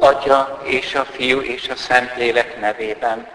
Atya és a Fiú és a Szentlélek nevében.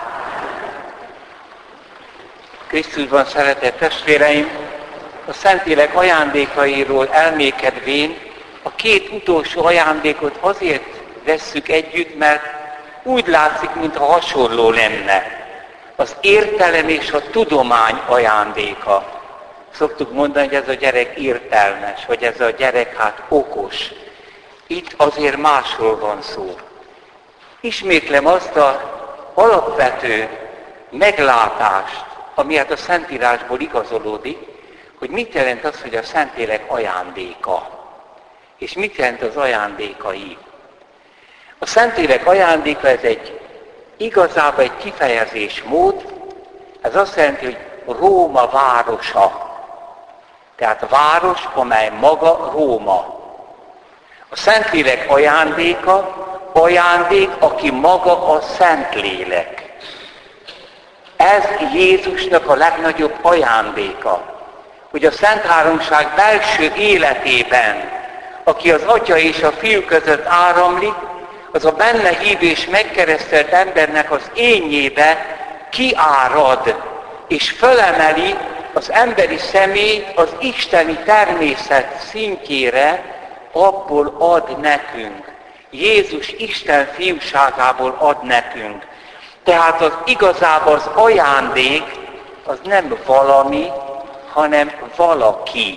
Krisztusban szeretett testvéreim, a Szentlélek ajándékairól elmékedvén a két utolsó ajándékot azért vesszük együtt, mert úgy látszik, mintha hasonló lenne. Az értelem és a tudomány ajándéka. Szoktuk mondani, hogy ez a gyerek értelmes, vagy ez a gyerek okos. Itt azért másról van szó. Ismétlem azt az alapvető meglátást, ami a Szentírásból igazolódik, hogy mit jelent az, hogy a Szentlélek ajándéka. És mit jelent az ajándékai. A Szentlélek ajándéka, ez igazából egy kifejezésmód, ez azt jelenti, hogy Róma városa. Tehát a város, amely maga Róma. A Szentlélek ajándék, aki maga a Szentlélek. Ez Jézusnak a legnagyobb ajándéka, hogy a Szent Háromság belső életében, aki az Atya és a Fiú között áramlik, az a benne hívő és megkeresztelt embernek az énjébe kiárad, és fölemeli az emberi személyt az isteni természet szintjére, abból ad nekünk. Jézus Isten fiúságából ad nekünk. Tehát igazából az ajándék az nem valami, hanem valaki.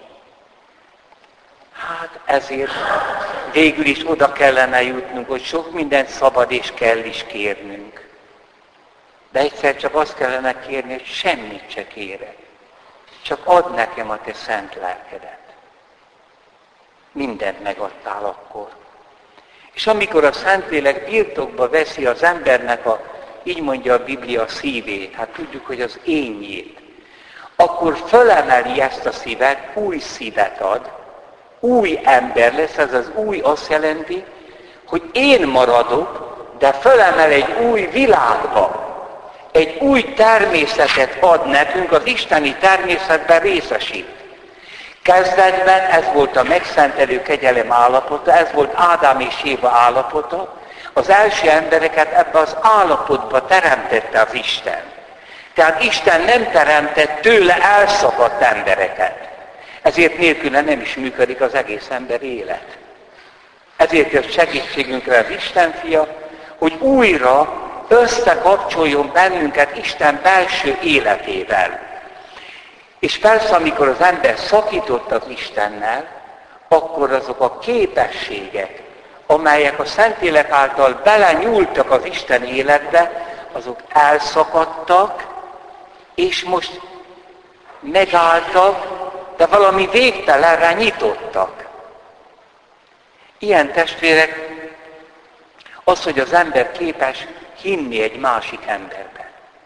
Hát ezért végül is oda kellene jutnunk, hogy sok mindent szabad és kell is kérnünk. De egyszer csak azt kellene kérni, hogy semmit se kérek. Csak add nekem a te szent lelkedet. Mindent megadtál akkor. És amikor a Szentlélek birtokba veszi az embernek így mondja a Biblia, szívét, hát tudjuk, hogy az énjét, akkor fölemeli ezt a szívet, új szívet ad, új ember lesz, ez az új azt jelenti, hogy én maradok, de fölemel egy új világba, egy új természetet ad nekünk, az isteni természetben részesít. Kezdetben ez volt a megszentelő kegyelem állapota, ez volt Ádám és Éva állapota. Az első embereket ebbe az állapotba teremtette az Isten. Tehát Isten nem teremtett tőle elszakadt embereket. Ezért nélküle nem is működik az egész ember élet. Ezért jött segítségünkre az Isten fia, hogy újra összekapcsoljon bennünket Isten belső életével. És persze, amikor az ember szakított az Istennel, akkor azok a képességek, amelyek a Szentlélek által belenyúltak az Isten életbe, azok elszakadtak, és most megálltak, de valami végtelenre nyitottak. Ilyen testvérek, az, hogy az ember képes hinni egy másik emberbe.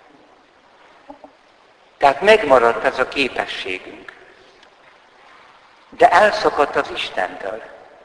Tehát megmaradt ez a képességünk. De elszakadt az Istentől.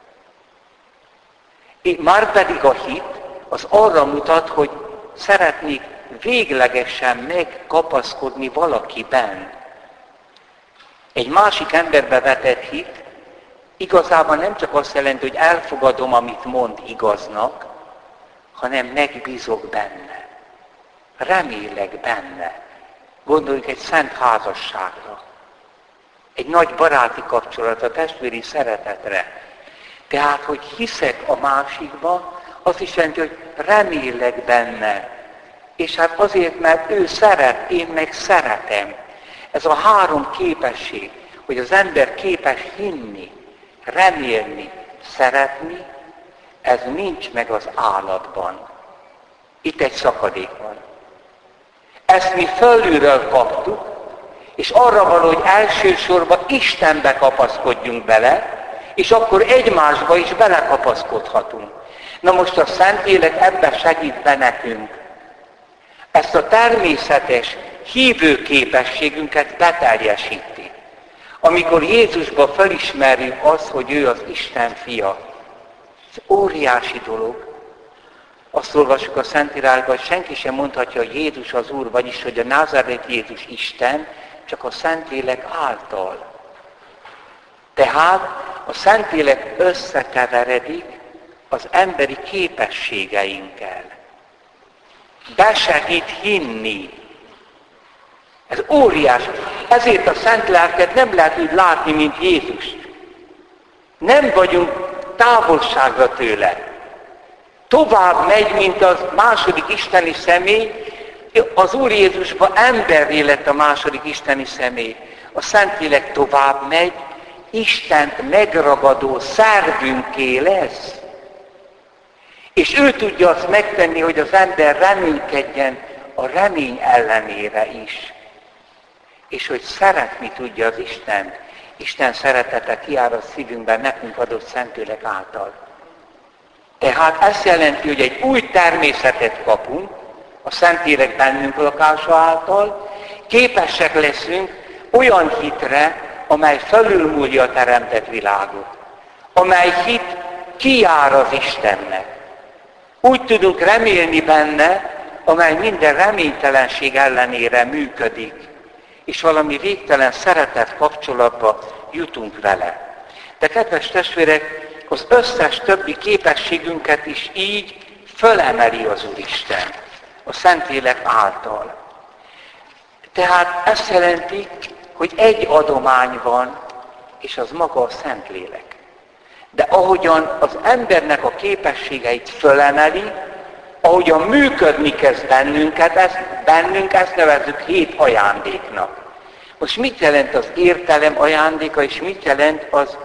Márpedig a hit az arra mutat, hogy szeretnék véglegesen megkapaszkodni valakiben. Egy másik emberbe vetett hit igazából nem csak azt jelenti, hogy elfogadom, amit mond igaznak, hanem megbízok benne. Remélek benne. Gondoljunk egy szent házasságra. Egy nagy baráti kapcsolatra, testvéri szeretetre. Tehát, hogy hiszek a másikba, azt is jelenti, hogy remélek benne. És hát azért, mert ő szeret, én meg szeretem. Ez a három képesség, hogy az ember képes hinni, remélni, szeretni, ez nincs meg az állatban. Itt egy szakadék van. Ezt mi fölülről kaptuk, és arra való, hogy elsősorban Istenbe kapaszkodjunk bele, és akkor egymásba is belekapaszkodhatunk. Na most a Szentlélek ebben segít be nekünk. Ezt a természetes hívő képességünket beteljesíti. Amikor Jézusba felismerjük azt, hogy ő az Isten fia. Ez óriási dolog. Azt olvassuk a Szentírásban, hogy senki sem mondhatja, hogy Jézus az Úr, vagyis, hogy a Názáreti Jézus Isten, csak a Szentlélek által. Tehát a Szentlélek összekeveredik az emberi képességeinkkel. Besegít hinni. Ez óriási. Ezért a Szent Lelket nem lehet úgy látni, mint Jézust. Nem vagyunk távolságra tőle. Tovább megy, mint az második isteni személy. Az Úr Jézusban emberré lett a második isteni személy. A Szentlélek tovább megy, Istent megragadó szervünké lesz. És ő tudja azt megtenni, hogy az ember reménykedjen a remény ellenére is. És hogy szeretni tudja az Istent. Isten szeretete kiárad szívünkben nekünk adott Szentlélek által. Tehát ez jelenti, hogy egy új természetet kapunk, a Szentlélek bennünk lakása által, képesek leszünk olyan hitre, amely felülmúlja a teremtett világot. Amely hit kijár az Istennek. Úgy tudunk remélni benne, amely minden reménytelenség ellenére működik, és valami végtelen szeretet kapcsolatba jutunk vele. De kedves testvérek, az összes többi képességünket is így fölemeli az Úristen, a Szentlélek által. Tehát ezt jelenti, hogy egy adomány van, és az maga a Szentlélek. De ahogyan az embernek a képességeit fölemeli, ahogyan működni kezd bennünk, ezt nevezzük 7 ajándéknak. Most mit jelent az értelem ajándéka, és mit jelent az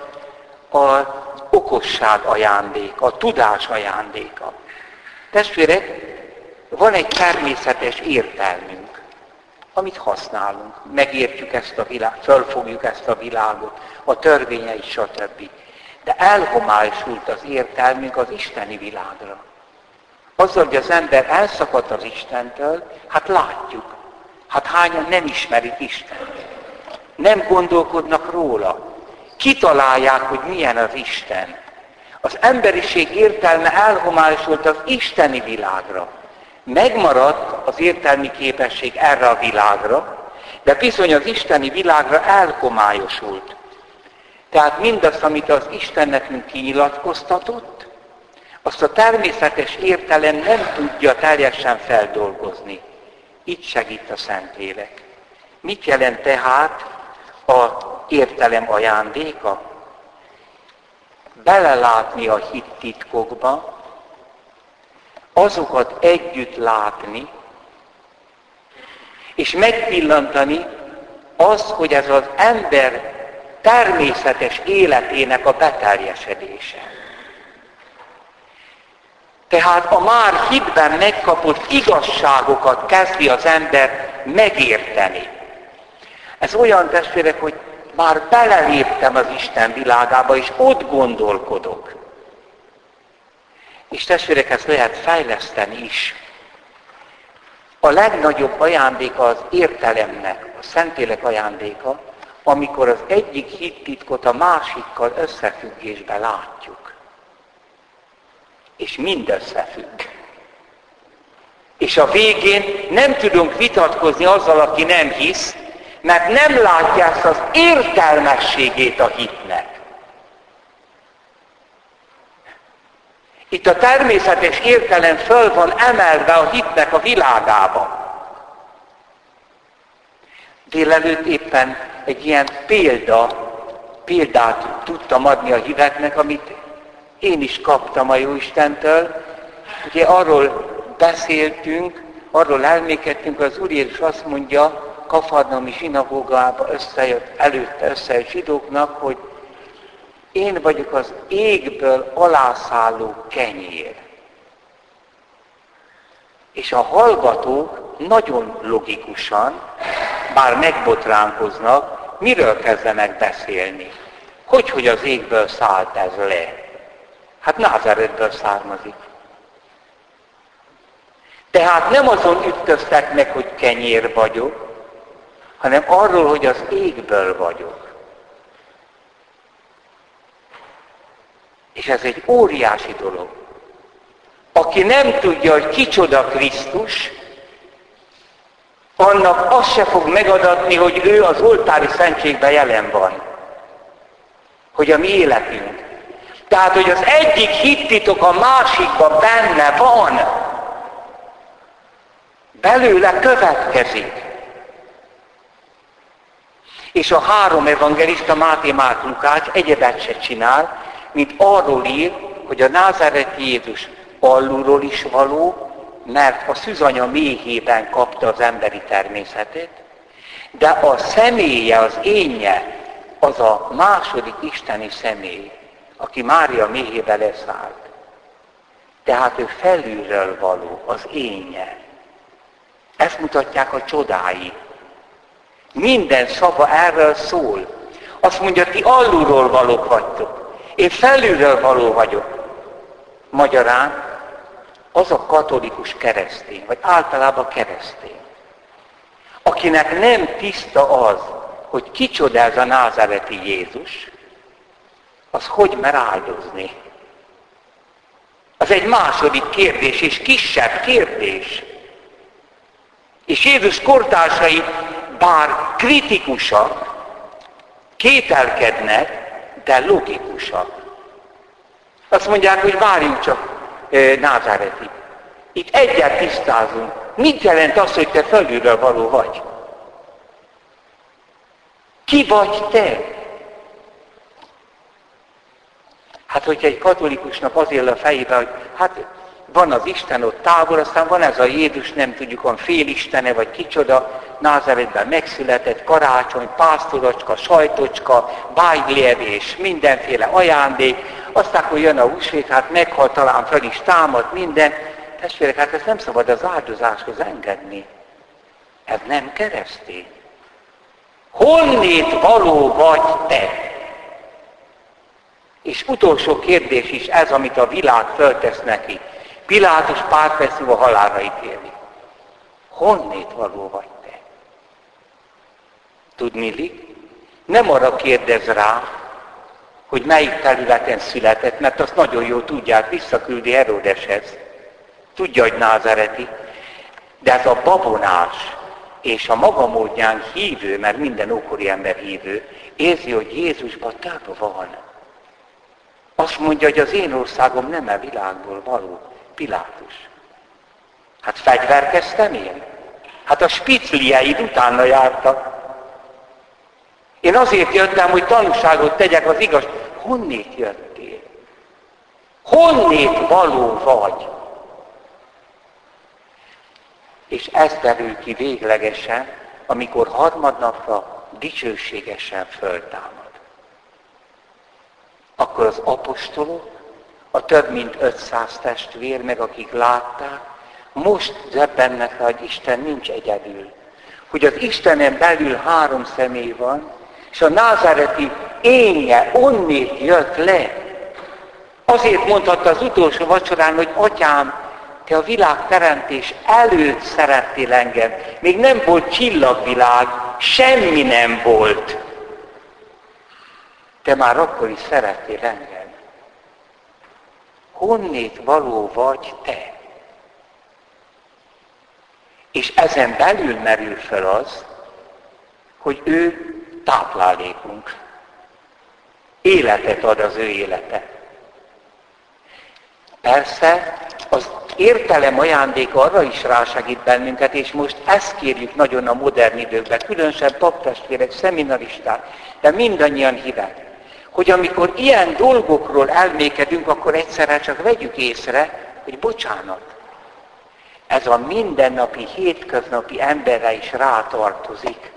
okosság ajándéka, a tudás ajándéka? Testvérek, van egy természetes értelmünk, amit használunk. Megértjük ezt a világot, fölfogjuk ezt a világot, a törvényeit, stb. De elhomályosult az értelmünk az isteni világra. Azzal, hogy az ember elszakadt az Istentől, hát látjuk. Hát hányan nem ismerik Istent. Nem gondolkodnak róla. Kitalálják, hogy milyen az Isten. Az emberiség értelme elhomályosult az isteni világra. Megmaradt az értelmi képesség erre a világra, de bizony az isteni világra elhomályosult. Tehát mindazt, amit az Isten nekünk kinyilatkoztatott, azt a természetes értelem nem tudja teljesen feldolgozni. Itt segít a Szentlélek. Mit jelent tehát az értelem ajándéka? Belelátni a hit titkokba, azokat együtt látni, és megpillantani azt, hogy ez az ember természetes életének a beteljesedése. Tehát a már hitben megkapott igazságokat kezdi az ember megérteni. Ez olyan, testvérek, hogy már beleléptem az Isten világába, és ott gondolkodok. És testvérek, ezt lehet fejleszteni is. A legnagyobb ajándéka az értelemnek, a Szentlélek ajándéka, amikor az egyik hittitkot a másikkal összefüggésben látjuk. És mind összefügg. És a végén nem tudunk vitatkozni azzal, aki nem hisz, mert nem látja ezt az értelmességét a hitnek. Itt a természetes értelem föl van emelve a hitnek a világába. Délelőtt éppen egy ilyen példát tudtam adni a híveknek, amit én is kaptam a Jóistentől. Ugye arról beszéltünk, arról elmékedtünk, hogy az Úr Jézus azt mondja, Kafarnaumi zsinagógába előtte összejött zsidóknak, hogy én vagyok az égből alászálló kenyér. És a hallgatók nagyon logikusan, bár megbotránkoznak, miről kezdenek beszélni? Hogy az égből szállt ez le? Hát Názáretből származik. Tehát nem azon ütköztek meg, hogy kenyér vagyok, hanem arról, hogy az égből vagyok. És ez egy óriási dolog. Aki nem tudja, hogy kicsoda Krisztus, annak azt se fog megadatni, hogy ő az oltári szentségben jelen van. Hogy a mi életünk. Tehát, hogy az egyik hittitok a másikban benne van, belőle következik. És a három evangelista, Máté, Márk, Lukács egyebet se csinál, mint arról ír, hogy a názáreti Jézus alulról is való, mert a szűzanya méhében kapta az emberi természetét, de a személye, az énje, az a második isteni személy, aki Mária méhébe leszállt. Tehát ő felülről való, az énje. Ezt mutatják a csodái. Minden szava erről szól. Azt mondja, ti alulról valók vagytok. Én felülről való vagyok. Magyarán az a katolikus keresztény, vagy általában keresztény, akinek nem tiszta az, hogy kicsoda ez a názáreti Jézus, az hogy mer áldozni? Az egy második kérdés, és kisebb kérdés. És Jézus kortársai, bár kritikusak, kételkednek, de logikusak. Azt mondják, hogy várjunk csak, Názáreti. Itt egyet tisztázunk. Mit jelent az, hogy te felülről való vagy? Ki vagy te? Hát, hogyha egy katolikusnak az él a fejében, hogy hát van az Isten ott távol, aztán van ez a Jézus, nem tudjuk, van félistene, vagy kicsoda, Názáretben megszületett, karácsony, pásztorocska, sajtocska, bájlevés, mindenféle ajándék, aztán, hogy jön a húsvét, hát meghal, talán fel is támad minden. Testvérek, hát ezt nem szabad az áldozáshoz engedni. Ez nem keresztény. Honnét való vagy te? És utolsó kérdés is ez, amit a világ föltesz neki. Pilátus pár perc múlva halálra ítéli. Honnét való vagy te? Tudniillik? Nem arra kérdez rá, hogy melyik területen született, mert azt nagyon jól tudják, visszaküldi Heródeshez. Tudja, hogy názáreti. De ez a babonás és a maga módján hívő, mert minden ókori ember hívő, érzi, hogy Jézusban több van. Azt mondja, hogy az én országom nem a világból való. Pilátus. Hát fegyverkeztem én? Hát a spiclieid utána jártak. Én azért jöttem, hogy tanúságot tegyek az igaz. Honnét jöttél? Honnét való vagy? És ez derül ki véglegesen, amikor harmadnapra dicsőségesen föltámad. Akkor az apostolok, a több mint 500 testvér, meg akik látták, most döbbennek rá, hogy Isten nincs egyedül. Hogy az Istenen belül 3 személy van, és a názáreti énje onnét jött le. Azért mondhatta az utolsó vacsorán, hogy Atyám, te a világteremtés előtt szerettél engem. Még nem volt csillagvilág, semmi nem volt. Te már akkor is szerettél engem. Honnét való vagy te? És ezen belül merül fel az, hogy ő táplálékunk. Életet ad az ő élete. Persze, az értelem ajándék arra is rásegít bennünket, és most ezt kérjük nagyon a modern időkben, különösen paptestvérek, szeminaristák, de mindannyian hívek, hogy amikor ilyen dolgokról elmékedünk, akkor egyszerre csak vegyük észre, hogy bocsánat, ez a mindennapi, hétköznapi emberre is rátartozik.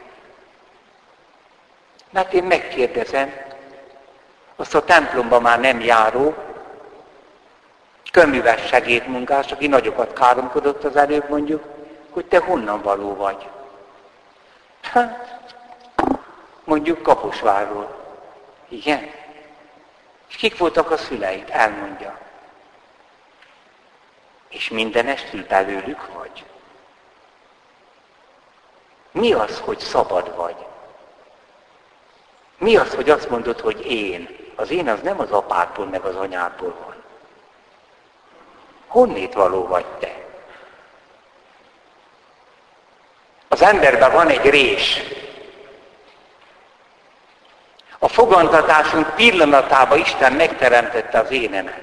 Mert én megkérdezem, azt a templomba már nem járó, köműves segédmunkás, aki nagyokat káromkodott az előbb mondjuk, hogy te honnan való vagy. Hát, mondjuk Kaposvárról. Igen. És kik voltak a szüleid? Elmondja. És mindenestül belőlük vagy. Mi az, hogy szabad vagy? Mi az, hogy azt mondod, hogy én? Az én az nem az apádból, meg az anyádból van. Honnét való vagy te? Az emberben van egy rés. A fogantatásunk pillanatában Isten megteremtette az énemet.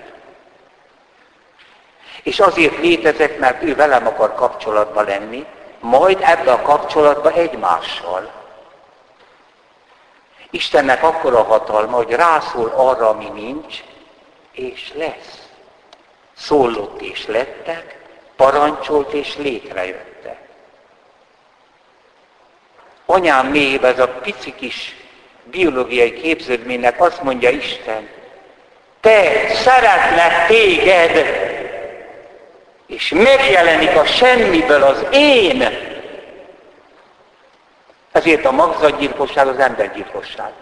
És azért létezek, mert ő velem akar kapcsolatba lenni, majd ebbe a kapcsolatba egymással. Istennek akkora hatalma, hogy rászól arra, ami nincs, és lesz. Szólott és lettek, parancsolt és létrejöttek. Anyám mélyében ez a pici kis biológiai képződménynek azt mondja Isten, te szeretlek téged, és megjelenik a semmiből az én. Ezért a magzatgyilkosság az embergyilkosság.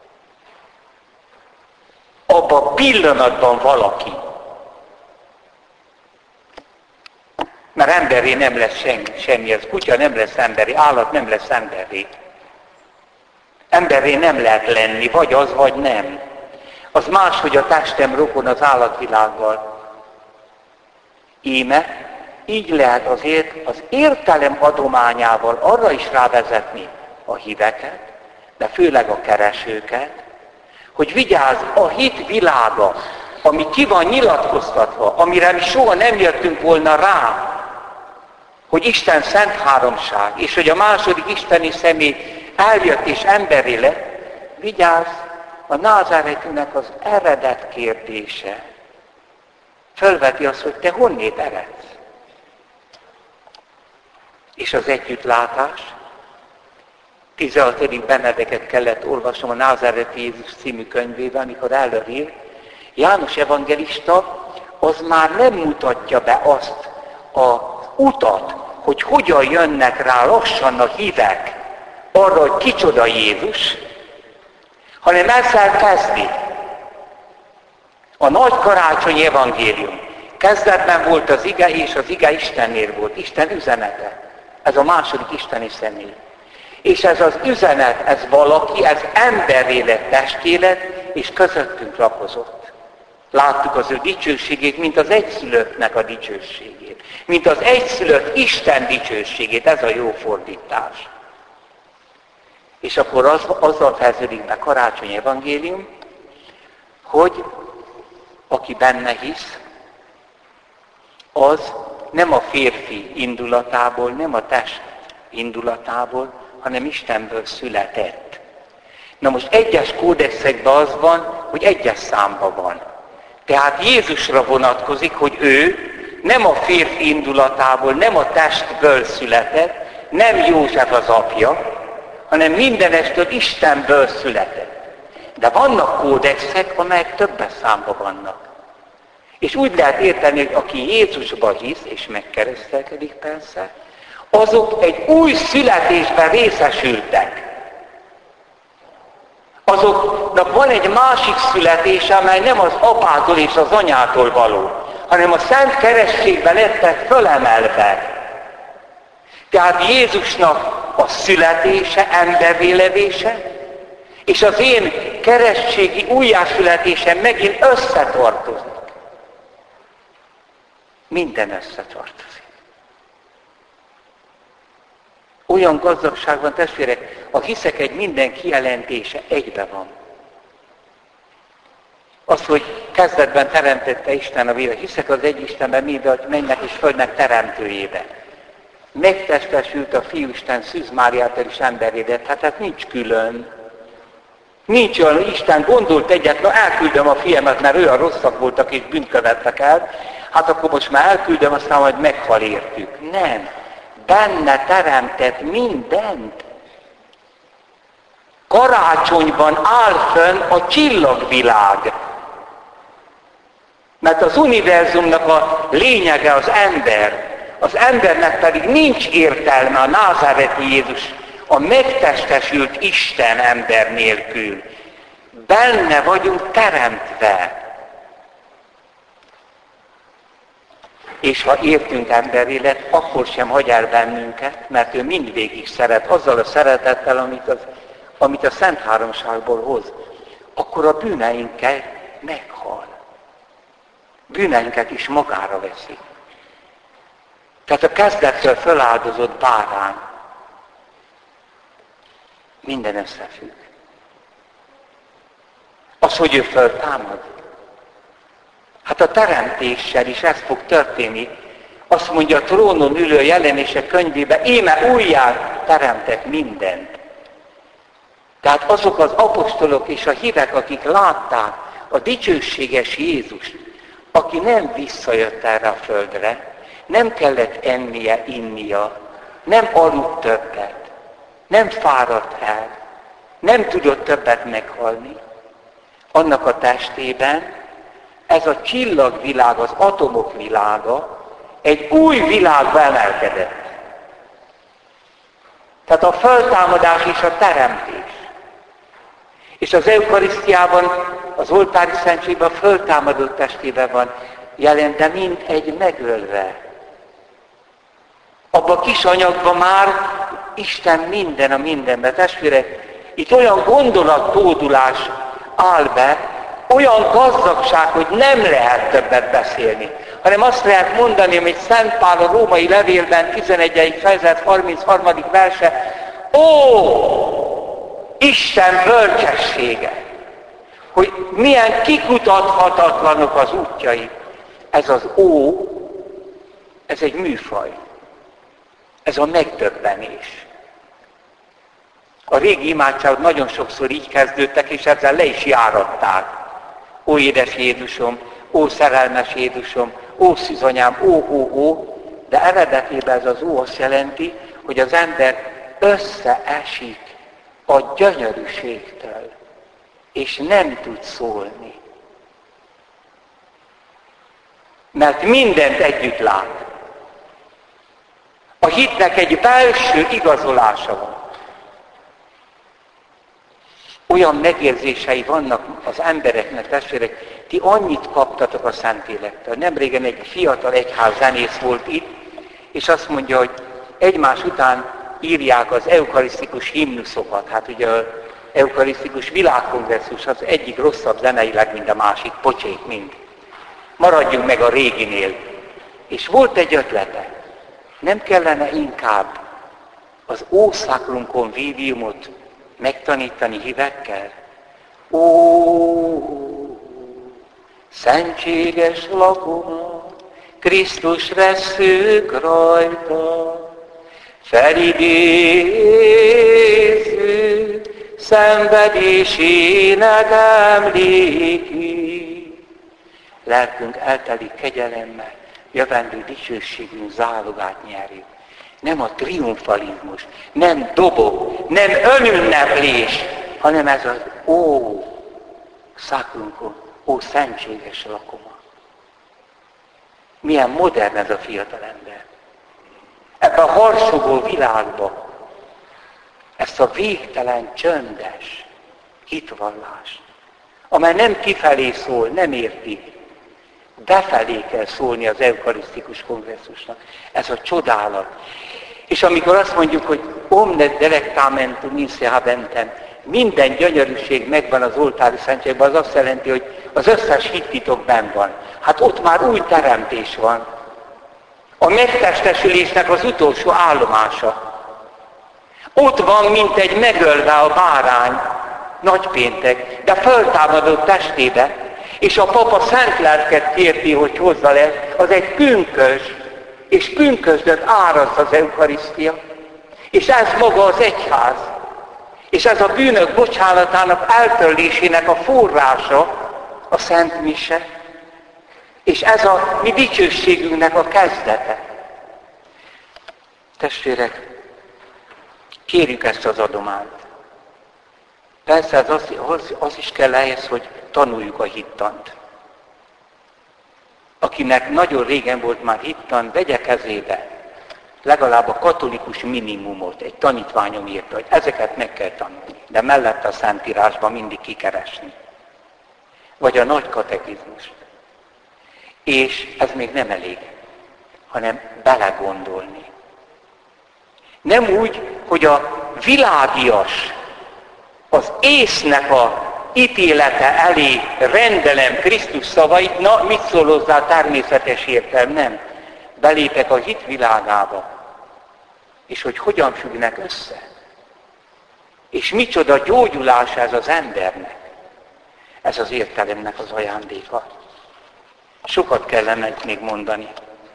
Abban a pillanatban valaki. Mert emberré nem lesz semmi, az kutya nem lesz emberré, állat nem lesz emberré. Emberré nem lehet lenni, vagy az, vagy nem. Az más, hogy a testem rokon az állatvilággal. Íme, így lehet azért az értelem adományával arra is rávezetni a híveket, de főleg a keresőket, hogy vigyázz, a hit világa, ami ki van nyilatkoztatva, amire mi soha nem jöttünk volna rá, hogy Isten szent háromság, és hogy a második isteni személy eljött és emberi lett, vigyázz, a názáretűnek az eredet kérdése. Fölveti azt, hogy te honnét eredsz. És az együttlátás, 16. Benedeket kellett olvasnom a Názáreti Jézus című könyvében, amikor előír, János evangelista az már nem mutatja be azt az utat, hogy hogyan jönnek rá lassan a hívek arra, hogy kicsoda Jézus, hanem ezzel kezdi. A nagy karácsonyi evangélium. Kezdetben volt az ige, és az ige Istennél volt. Isten üzenete. Ez a második isteni személy. És ez az üzenet, ez valaki, ez emberré lett, testé lett, és közöttünk lakozott. Láttuk az ő dicsőségét, mint az egyszülöttnek a dicsőségét. Mint az egyszülött Isten dicsőségét. Ez a jó fordítás. És akkor azzal fejeződik be karácsonyi evangélium, hogy aki benne hisz, az nem a férfi indulatából, nem a test indulatából, hanem Istenből született. Na most egyes kódexekben az van, hogy egyes számban van. Tehát Jézusra vonatkozik, hogy ő nem a férfi indulatából, nem a testből született, nem József az apja, hanem mindenestől Istenből született. De vannak kódexek, amelyek többes számban vannak. És úgy lehet érteni, hogy aki Jézusba hisz, és megkeresztelkedik persze, azok egy új születésben részesültek. Azoknak van egy másik születése, amely nem az apától és az anyától való, hanem a szent kerességben lettek fölemelve. Tehát Jézusnak a születése, emberré levése, és az én keresztségi újjászületésem megint összetartozik. Minden összetartozik. Olyan gazdagság van, testvérek, a hiszek egy minden kijelentése egybe van. Az, hogy kezdetben teremtette Isten a világot, hiszek az egy Istenben, minden mennek és földnek teremtőjébe. Megtestesült a Fiúisten Szűz Máriától is emberré lett, hát nincs külön. Nincs olyan, hogy Isten gondolt egyet, na elküldöm a fiamat, mert olyan rosszak voltak és bűnt követtek el, hát akkor most már elküldöm, aztán majd meghal értük. Nem. Benne teremtett mindent. Karácsonyban áll fönn a csillagvilág. Mert az univerzumnak a lényege az ember. Az embernek pedig nincs értelme a názáreti Jézus, a megtestesült Isten ember nélkül. Benne vagyunk teremtve. És ha értünk emberélet, akkor sem hagy el bennünket, mert ő mindvégig szeret, azzal a szeretettel, amit a Szent Háromságból hoz. Akkor a bűneinkkel meghal. Bűneinket is magára veszi. Tehát a kezdettől föláldozott bárány. Minden összefügg. Az, hogy ő föltámad. Hát a teremtéssel is ez fog történni. Azt mondja a trónon ülő Jelenések könyvében, íme újjá teremtek mindent. Tehát azok az apostolok és a hívek, akik látták a dicsőséges Jézust, aki nem visszajött erre a földre, nem kellett ennie, innia, nem aludt többet, nem fáradt el, nem tudott többet meghalni. Annak a testében ez a csillagvilág, az atomok világa egy új világba emelkedett. Tehát a föltámadás és a teremtés. És az eukarisztiában, az oltári szentségben a föltámadott testében van jelen, de mint egy megölve. Abban a kis anyagban már Isten minden a mindenben. Testvérek, itt olyan gondolatódulás áll be, olyan gazdagság, hogy nem lehet többet beszélni, hanem azt lehet mondani, amit Szent Pál a római levélben 11. fejezet 33. verse, ó, Isten bölcsessége, hogy milyen kikutathatatlanok az útjai. Ez az ó, ez egy műfaj. Ez a megdöbbenés. A régi imádságok nagyon sokszor így kezdődtek, és ezzel le is járatták. Ó édes Jézusom, ó szerelmes Jézusom, ó szűzanyám, ó, de eredetében ez az ó azt jelenti, hogy az ember összeesik a gyönyörűségtől, és nem tud szólni. Mert mindent együtt lát. A hitnek egy belső igazolása van. Olyan megérzései vannak az embereknek, testvérek, ti annyit kaptatok a Szentlélektől. Nemrégen egy fiatal egyházzenész volt itt, és azt mondja, hogy egymás után írják az eukarisztikus himnuszokat. Hát ugye az eukarisztikus világkongresszus az egyik rosszabb zeneileg, mint a másik, pocsék mind. Maradjunk meg a réginél. És volt egy ötlete. Nem kellene inkább az Ó Sacrum Conviviumot megtanítani hívekkel? Ó, szentséges lakoma, Krisztus veszők rajta, felidéző szenvedésének emléki. Lelkünk eltelik kegyelemmel, jövendő dicsőségünk zálogát nyerjük. Nem a triumfalizmus, nem dobog, nem önünneplés, hanem ez az ó, Sacrum, ó, szentséges lakoma. Milyen modern ez a fiatalember. Ebben a harsogó világban ezt a végtelen, csöndes hitvallást, amely nem kifelé szól, nem érti, befelé kell szólni az eukarisztikus kongresszusnak. Ez a csodálat. És amikor azt mondjuk, hogy omne delectamentum in se habentem, minden gyönyörűség megvan az oltári szentségben, az azt jelenti, hogy az összes hittitok benn van. Hát ott már új teremtés van. A megtestesülésnek az utolsó állomása. Ott van, mint egy megölve a bárány, nagypéntek, de föltámadott testébe, és a papa szent lelket kérti, hogy hozza le, az egy pünkös, és pünkösdöt árazt az eukarisztia. És ez maga az egyház. És ez a bűnök bocsánatának eltörlésének a forrása, a Szent Mise. És ez a mi dicsőségünknek a kezdete. Testvérek, kérjük ezt az adományt. Persze az is kell ehhez, hogy tanuljuk a hittant. Akinek nagyon régen volt már hittan, vegye kezébe legalább a katolikus minimumot. Egy tanítványom írta, hogy ezeket meg kell tanulni, de mellette a Szentírásban mindig kikeresni. Vagy a nagy katekizmust. És ez még nem elég, hanem belegondolni. Nem úgy, hogy a világias, az észnek a ítélete elé rendelem Krisztus szavait, na, mit szól hozzá a természetes értelem? Nem. Belépek a hit világába. És hogy hogyan függnek össze. És micsoda gyógyulás ez az embernek. Ez az értelemnek az ajándéka. Sokat kellene még mondani.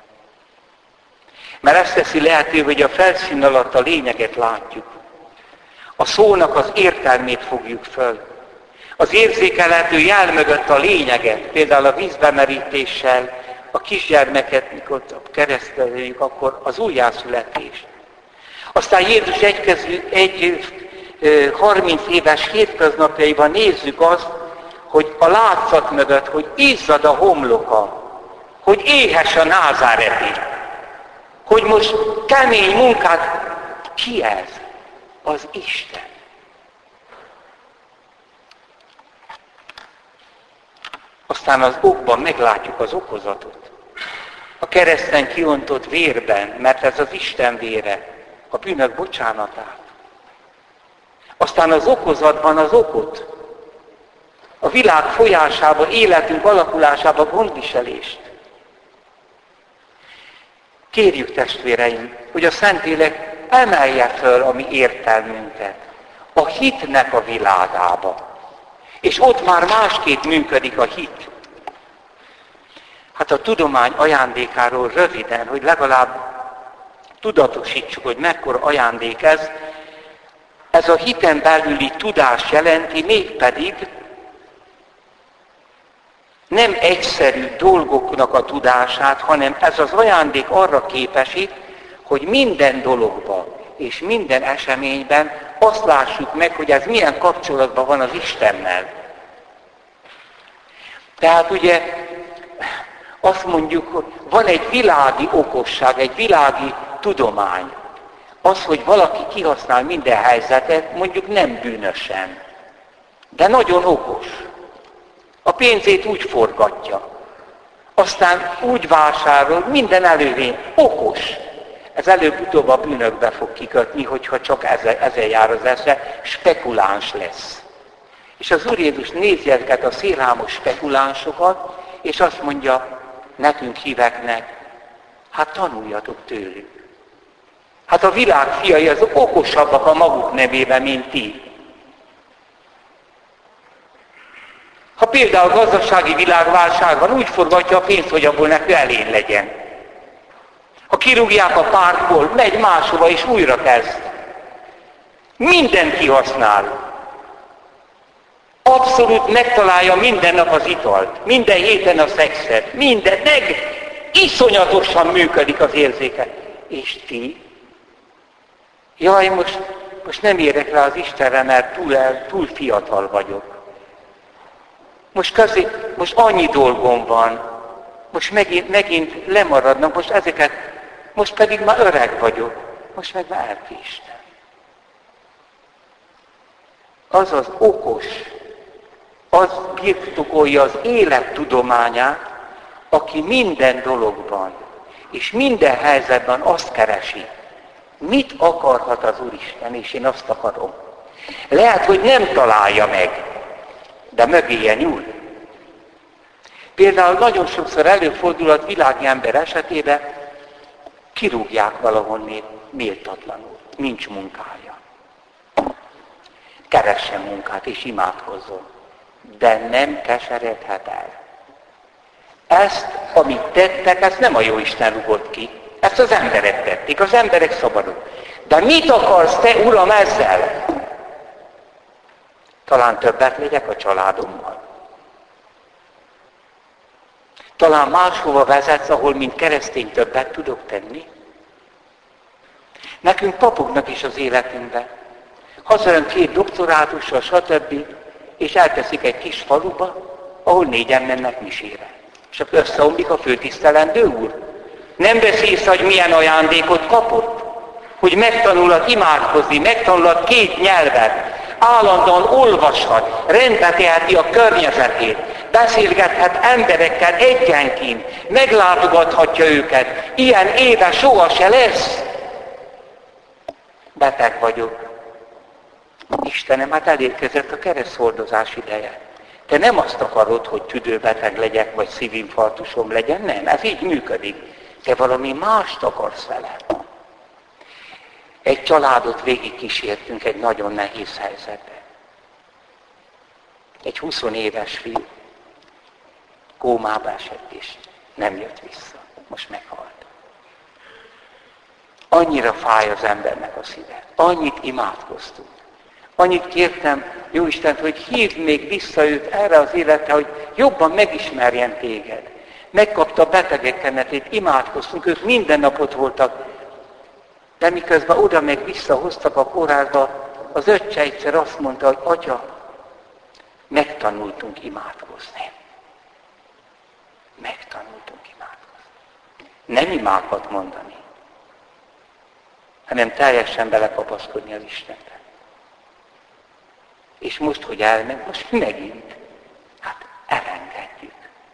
Mert ezt teszi lehetővé, hogy a felszín alatt a lényeget látjuk. A szónak az értelmét fogjuk föl. Az érzékelhető jel mögött a lényeget, például a vízbemerítéssel, a kisgyermeket, mikor kereszteljük, akkor az újjászületés. Aztán Jézus 30 éves hétköznapjaiban nézzük azt, hogy a látszat mögött, hogy izzad a homloka, hogy éhes a názáreti, hogy most kemény munkát, ki ez? Az Isten. Aztán az okban meglátjuk az okozatot. A kereszten kiontott vérben, mert ez az Isten vére, a bűnök bocsánatát. Aztán az okozatban az okot. A világ folyásában, életünk alakulásában gondviselést. Kérjük, testvéreim, hogy a Szentlélek emelje föl a mi értelmünket a hitnek a világába. És ott már másképp működik a hit. Hát a tudomány ajándékáról röviden, hogy legalább tudatosítsuk, hogy mekkora ajándék ez. Ez a hiten belüli tudás jelenti, mégpedig nem egyszerű dolgoknak a tudását, hanem ez az ajándék arra képesít, hogy minden dologban és minden eseményben azt lássuk meg, hogy ez milyen kapcsolatban van az Istennel. Tehát ugye azt mondjuk, hogy van egy világi okosság, egy világi tudomány. Az, hogy valaki kihasznál minden helyzetet, mondjuk nem bűnösen, de nagyon okos. A pénzét úgy forgatja. Aztán úgy vásárol, minden elővény. Okos. Ez előbb-utóbb a bűnökbe fog kikötni, hogyha csak ezzel jár az esze, spekuláns lesz. És az Úr Jézus nézi ezeket a szélhámos spekulánsokat, és azt mondja nekünk híveknek, hát tanuljatok tőlük. Hát a világ fiai az okosabbak a maguk nevében, mint ti. Ha például a gazdasági világválság van, úgy forgatja a pénzt, hogy abból neki elég legyen. Ha kirúgják a pártból, megy máshova és újra kezd. Mindent kihasznál. Abszolút megtalálja minden nap az italt, minden héten a szexet, minden, iszonyatosan működik az érzéke. És ti? Jaj, most nem érek rá az Istenre, mert túl fiatal vagyok. Most annyi dolgom van, most megint lemaradnak, most pedig már öreg vagyok, most meg már elkéstem. Az az okos, az birtokolja az élet tudományát, aki minden dologban és minden helyzetben azt keresi, mit akarhat az Úristen, és én azt akarom. Lehet, hogy nem találja meg, de mögéje nyúl. Például nagyon sokszor előfordul a világi ember esetében, kirúgják valahonnét méltatlanul, nincs munkája. Keressen munkát és imádkozzon, de nem keseredhet el. Ezt, amit tettek, ezt nem a Jóisten rúgott ki, ezt az emberek tették, az emberek szabadok. De mit akarsz te, Uram, ezzel? Talán többet legyek a családommal. Talán máshova vezetsz, ahol mint keresztény többet tudok tenni. Nekünk papoknak is az életünkben. Hazajön 2 doktorátussal, stb. És elteszik egy kis faluba, ahol 4-en mennek misére. És akkor összeomlik a főtisztelendő úr. Nem beszélsz, hogy milyen ajándékot kapott? Hogy megtanulhat imádkozni, megtanulhat 2 nyelvet, állandóan olvashat, rendbe teheti a környezetét, beszélgethet emberekkel egyenként, meglátogathatja őket. Ilyen éve soha se lesz. Beteg vagyok. Istenem, hát elérkezett a kereszthordozás ideje. Te nem azt akarod, hogy tüdőbeteg legyek, vagy szívinfarktusom legyen, nem, ez így működik. Te valami mást akarsz vele. Egy családot végigkísértünk egy nagyon nehéz helyzetbe. Egy 20 éves fiú kómába esett, és nem jött vissza. Most meghalt. Annyira fáj az embernek a szíve. Annyit imádkoztunk. Annyit kértem Jóistent, hogy hívd még vissza őt erre az életre, hogy jobban megismerjen téged. Megkapta a betegek kenetét, imádkoztunk, ők minden napot voltak. De miközben oda meg visszahoztak a kórházba, az öccse egyszer azt mondta, hogy Atya, megtanultunk imádkozni. Megtanultunk imádkozni. Nem imákat mondani, hanem teljesen belekapaszkodni az Istenre. És most, hogy elment, most megint, hát elengedjük.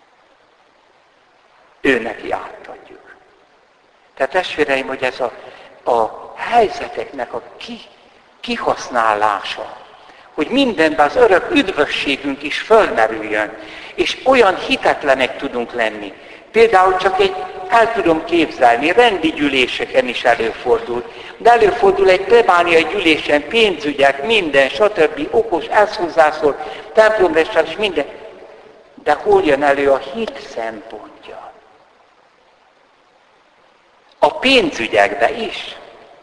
Ő neki átadjuk. Tehát testvéreim, hogy ez a helyzeteknek a kihasználása, hogy mindenben az örök üdvösségünk is fölmerüljön, és olyan hitetlenek tudunk lenni. Például csak el tudom képzelni, rendi gyűléseken is előfordul. De előfordul egy plebániai gyűlésen, pénzügyek, minden, stb. Okos, ez hozzászól, templommester és minden. De hol jön elő a hit szempontja? A pénzügyekbe is.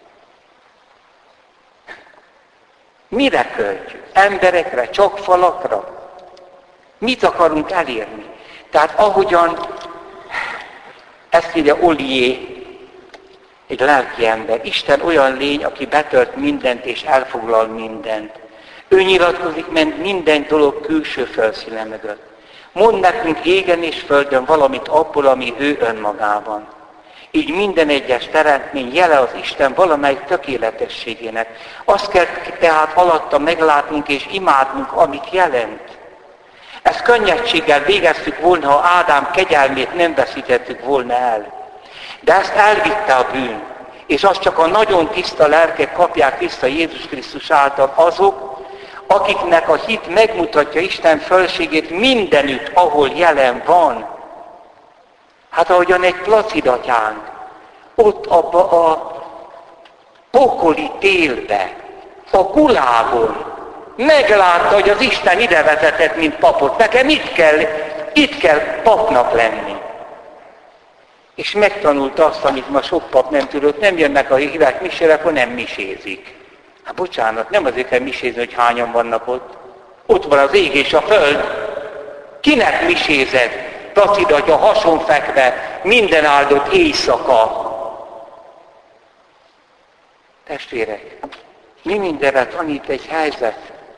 Mire költjük? Emberekre, csak falakra? Mit akarunk elérni? Tehát ahogyan ezt írja Olié, egy lelki ember. Isten olyan lény, aki betört mindent és elfoglal mindent. Ő nyilatkozik minden dolog külső felszíne mögött. Mond nekünk égen és földön valamit abból, ami ő önmagában. Így minden egyes teremtmény jele az Isten valamelyik tökéletességének. Azt kell tehát alatta meglátnunk és imádnunk, amit jelent. Ezt könnyedséggel végeztük volna, ha Ádám kegyelmét nem veszítettük volna el. De ezt elvitte a bűn, és azt csak a nagyon tiszta lelkek kapják vissza Jézus Krisztus által azok, akiknek a hit megmutatja Isten fölségét mindenütt, ahol jelen van. Hát ahogyan egy Placid atyánk, ott abba a pokoli télbe, a gulágon, meglátta, hogy az Isten ide vezetett, mint papot. Nekem itt kell papnak lenni. És megtanulta azt, amit ma sok pap nem tudott, nem jönnek a hívek misére, akkor nem misézik. Hát bocsánat, nem azért kell misézni, hogy hányan vannak ott. Ott van az ég és a föld. Kinek misézed? Placid atya hasonfekve, minden áldott éjszaka. Testvérek, mi mindenre tanít egy helyzet?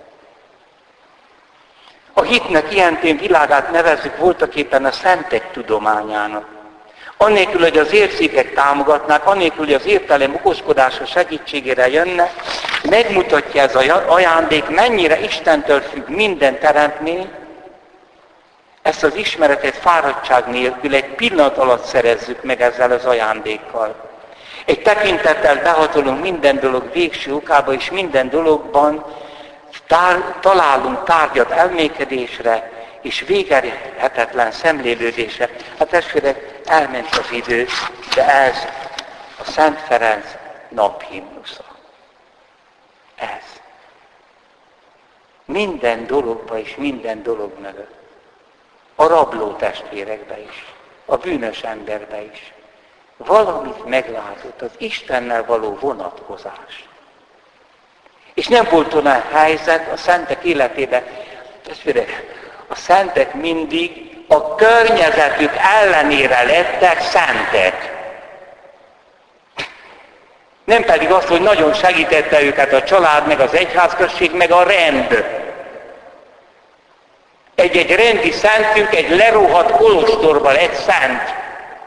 A hitnek ilyentén világát nevezzük voltaképpen a szentek tudományának. Annélkül, hogy az érzékek támogatnák, annélkül, hogy az értelem okoskodása segítségére jönne, megmutatja ez az ajándék, mennyire Istentől függ minden teremtmény. Ezt az ismeretet fáradtság nélkül egy pillanat alatt szerezzük meg ezzel az ajándékkal. Egy tekintettel behatolunk minden dolog végső okába, és minden dologban találunk tárgyat elmékedésre, és végelhetetlen szemlélődésre. Hát testvérek, elment az idő, de ez a Szent Ferenc naphimnusza. Ez. Minden dologba és minden dolog mögött. A rabló testvérekbe is, a bűnös emberbe is. Valamit meglátott, az Istennel való vonatkozás. És nem volt olyan helyzet a szentek életében. Testvérek, a szentek mindig a környezetük ellenére lettek szentek. Nem pedig azt, hogy nagyon segítette őket a család, meg az egyházközség, meg a rend. Egy rendi szentünk egy lerohadt kolostorban lett szent.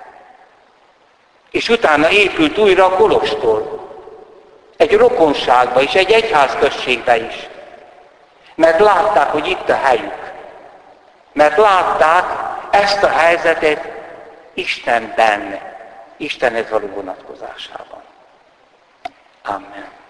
És utána épült újra a kolostor. Egy rokonságba is, egy egyházközségbe is. Mert látták, hogy itt a helyük. Mert látták ezt a helyzetet Istenben, Istenhez való vonatkozásában. Amen.